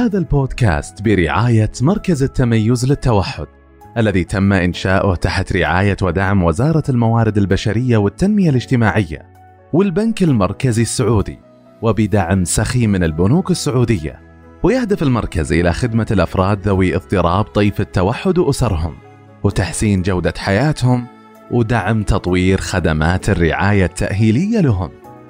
هذا البودكاست برعاية مركز التميز للتوحد الذي تم إنشاؤه تحت رعاية ودعم وزارة الموارد البشرية والتنمية الاجتماعية والبنك المركزي السعودي وبدعم سخي من البنوك السعودية. ويهدف المركز إلى خدمة الأفراد ذوي اضطراب طيف التوحد وأسرهم وتحسين جودة حياتهم ودعم تطوير خدمات الرعاية التأهيلية لهم.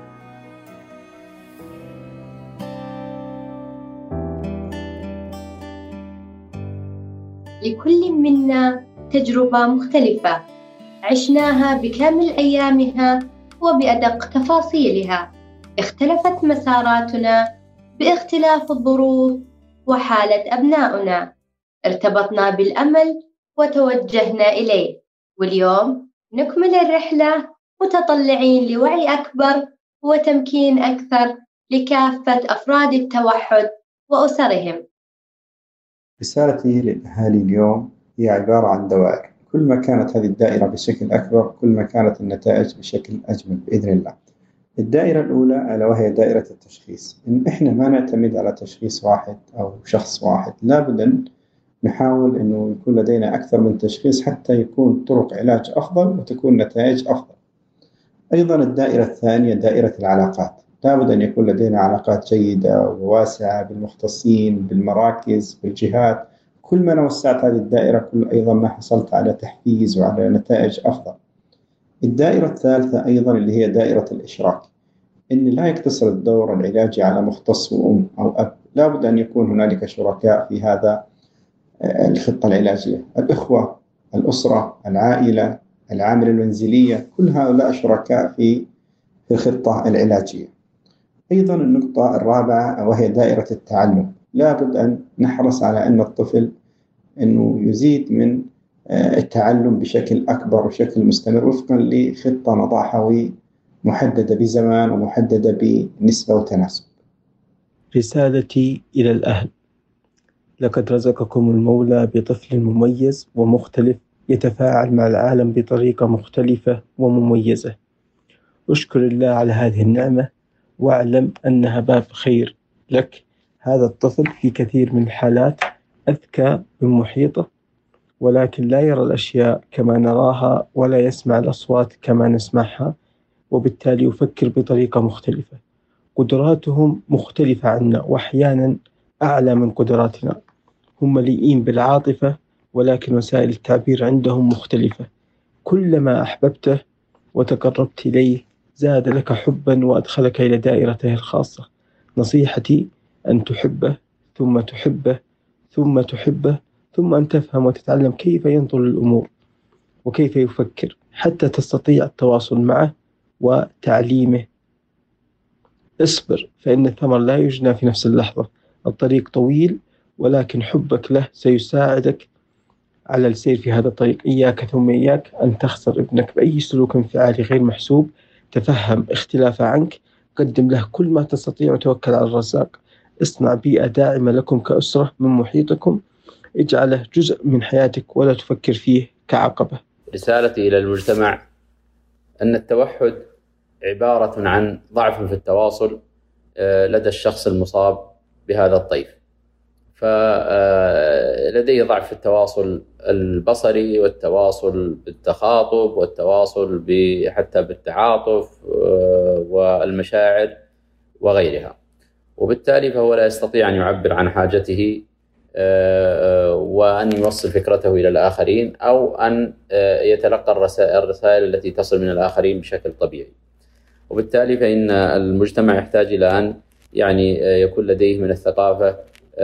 لكل منا تجربة مختلفة عشناها بكامل أيامها وبأدق تفاصيلها. اختلفت مساراتنا باختلاف الظروف وحالة أبناؤنا. ارتبطنا بالأمل وتوجهنا إليه، واليوم نكمل الرحلة متطلعين لوعي أكبر وتمكين أكثر لكافة أفراد التوحد وأسرهم. رسالتي للأهالي اليوم هي عبارة عن دوائر، كل ما كانت هذه الدائرة بشكل أكبر كل ما كانت النتائج بشكل أجمل بإذن الله. الدائرة الأولى ألا وهي دائرة التشخيص، إن إحنا ما نعتمد على تشخيص واحد أو شخص واحد، لابد أن نحاول أنه يكون لدينا أكثر من تشخيص حتى يكون طرق علاج أفضل وتكون نتائج أفضل. أيضا الدائرة الثانية دائرة العلاقات، لابد أن يكون لدينا علاقات جيدة وواسعة بالمختصين بالمراكز بالجهات. كل ما وسعت هذه الدائرة كل أيضا ما حصلت على تحفيز وعلى نتائج أفضل. الدائرة الثالثة أيضا اللي هي دائرة الإشراك، إن لا يقتصر الدور العلاجي على مختص وأم أو أب، لابد أن يكون هنالك شركاء في هذا الخطة العلاجية، الإخوة، الأسرة، العائلة، العاملة المنزلية، كل هؤلاء شركاء في الخطة العلاجية. أيضا النقطة الرابعة وهي دائرة التعلم، لابد أن نحرص على أن الطفل أنه يزيد من التعلم بشكل أكبر وشكل مستمر وفقا لخطة نضعها محددة بزمان ومحددة بنسبة وتناسب. رسالتي إلى الأهل: لقد رزقكم المولى بطفل مميز ومختلف يتفاعل مع العالم بطريقة مختلفة ومميزة. أشكر الله على هذه النعمة واعلم أنها باب خير لك. هذا الطفل في كثير من الحالات أذكى من محيطه، ولكن لا يرى الأشياء كما نراها ولا يسمع الأصوات كما نسمعها، وبالتالي يفكر بطريقة مختلفة. قدراتهم مختلفة عنا وأحيانا أعلى من قدراتنا. هم مليئين بالعاطفة ولكن وسائل التعبير عندهم مختلفة. كلما أحببته وتقربت إليه زاد لك حبا وأدخلك إلى دائرته الخاصة. نصيحتي أن تحبه ثم تحبه ثم تحبه ثم أن تفهم وتتعلم كيف ينظر للأمور وكيف يفكر حتى تستطيع التواصل معه وتعليمه. اصبر فإن الثمر لا يجنى في نفس اللحظة. الطريق طويل ولكن حبك له سيساعدك على السير في هذا الطريق. إياك ثم إياك أن تخسر ابنك بأي سلوك انفعالي غير محسوب. تفهم اختلافه عنك، قدم له كل ما تستطيع وتوكل على الرزاق. اصنع بيئة داعمة لكم كأسرة من محيطكم، اجعله جزء من حياتك ولا تفكر فيه كعقبة. رسالتي إلى المجتمع أن التوحد عبارة عن ضعف في التواصل لدى الشخص المصاب بهذا الطيف. فلديه ضعف في التواصل البصري والتواصل بالتخاطب والتواصل حتى بالتعاطف والمشاعر وغيرها، وبالتالي فهو لا يستطيع أن يعبر عن حاجته وأن يوصل فكرته إلى الآخرين أو أن يتلقى الرسائل التي تصل من الآخرين بشكل طبيعي. وبالتالي فإن المجتمع يحتاج إلى أن يكون لديه من الثقافة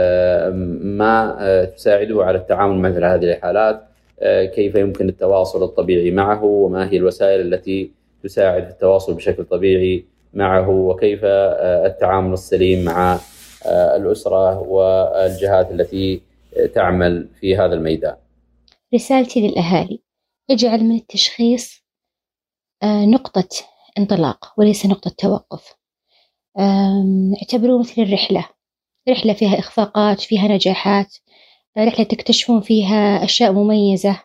ما تساعده على التعامل مع مثل هذه الحالات، كيف يمكن التواصل الطبيعي معه وما هي الوسائل التي تساعد التواصل بشكل طبيعي معه، وكيف التعامل السليم مع الأسرة والجهات التي تعمل في هذا الميدان. رسالتي للأهالي: اجعل من التشخيص نقطة انطلاق وليس نقطة توقف. اعتبروه مثل رحلة فيها إخفاقات فيها نجاحات، رحلة تكتشفون فيها أشياء مميزة،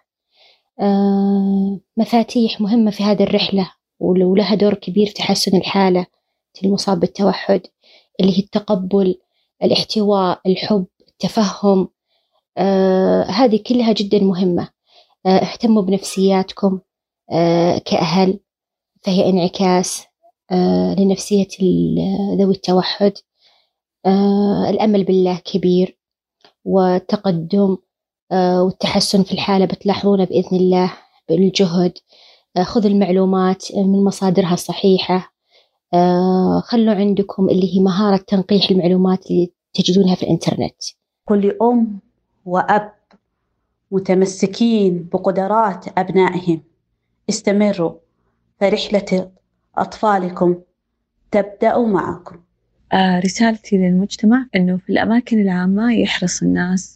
مفاتيح مهمة في هذه الرحلة ولها دور كبير في تحسن الحالة المصاب بالتوحد، اللي هي التقبل، الاحتواء، الحب، التفهم، هذه كلها جدا مهمة. اهتموا بنفسياتكم كأهل، فهي انعكاس لنفسية ذوي التوحد. الأمل بالله كبير، والتقدم والتحسن في الحالة بتلاحظونه بإذن الله بالجهد. خذوا المعلومات من مصادرها الصحيحة. خلوا عندكم اللي هي مهارة تنقيح المعلومات اللي تجدونها في الإنترنت. كل أم وأب متمسكين بقدرات أبنائهم، استمروا، فرحلة أطفالكم تبدأ معكم. رسالتي للمجتمع أنه في الأماكن العامة يحرص الناس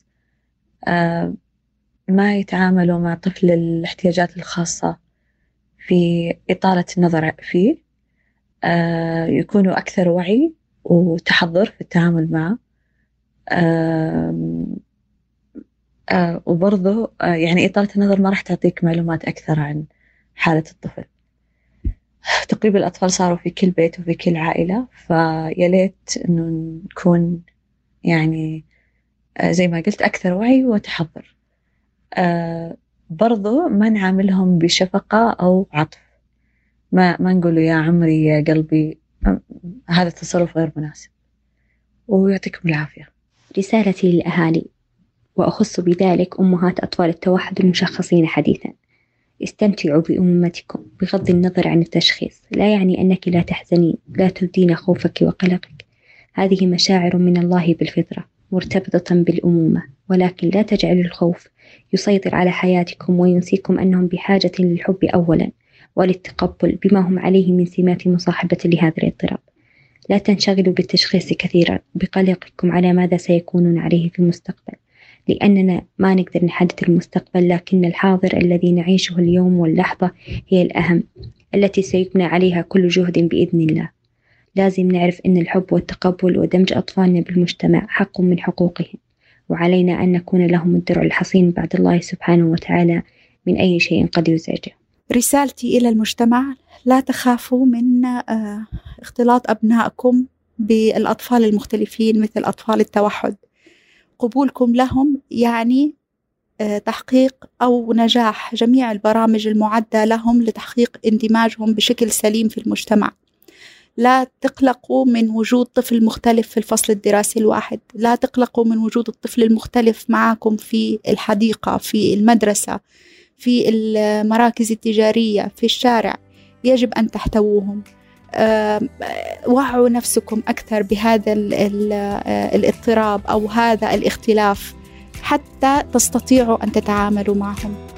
ما يتعاملوا مع طفل الاحتياجات الخاصة في إطالة النظر فيه، يكونوا أكثر وعي وتحضر في التعامل معه. وبرضه يعني إطالة النظر ما راح تعطيك معلومات أكثر عن حالة الطفل. تقريبا الأطفال صاروا في كل بيت وفي كل عائلة، فيا ليت إنه نكون يعني زي ما قلت أكثر وعي وتحضر. برضو ما نعاملهم بشفقة أو عطف، ما نقوله يا عمري يا قلبي، هذا التصرف غير مناسب. ويعطيكم العافية. رسالتي للأهالي، وأخص بذلك أمهات أطفال التوحد المشخصين حديثا: استمتعوا بأمومتكم بغض النظر عن التشخيص. لا يعني أنك لا تحزنين، لا تبدين خوفك وقلقك، هذه مشاعر من الله بالفطرة مرتبطة بالأمومة، ولكن لا تجعلوا الخوف يسيطر على حياتكم وينسيكم أنهم بحاجة للحب أولا وللتقبل بما هم عليه من سمات مصاحبة لهذا الاضطراب. لا تنشغلوا بالتشخيص كثيرا بقلقكم على ماذا سيكونون عليه في المستقبل، لأننا ما نقدر نحدد المستقبل، لكن الحاضر الذي نعيشه اليوم واللحظة هي الأهم، التي سيبنى عليها كل جهد بإذن الله. لازم نعرف أن الحب والتقبل ودمج أطفالنا بالمجتمع حق من حقوقهم، وعلينا أن نكون لهم الدرع الحصين بعد الله سبحانه وتعالى من أي شيء قد يزعجه. رسالتي إلى المجتمع: لا تخافوا من اختلاط أبنائكم بالأطفال المختلفين مثل أطفال التوحد. قبولكم لهم يعني تحقيق أو نجاح جميع البرامج المعدة لهم لتحقيق اندماجهم بشكل سليم في المجتمع. لا تقلقوا من وجود طفل مختلف في الفصل الدراسي الواحد، لا تقلقوا من وجود الطفل المختلف معكم في الحديقة، في المدرسة، في المراكز التجارية، في الشارع. يجب أن تحتووهم. وعوا نفسكم أكثر بهذا الاضطراب أو هذا الاختلاف حتى تستطيعوا أن تتعاملوا معهم.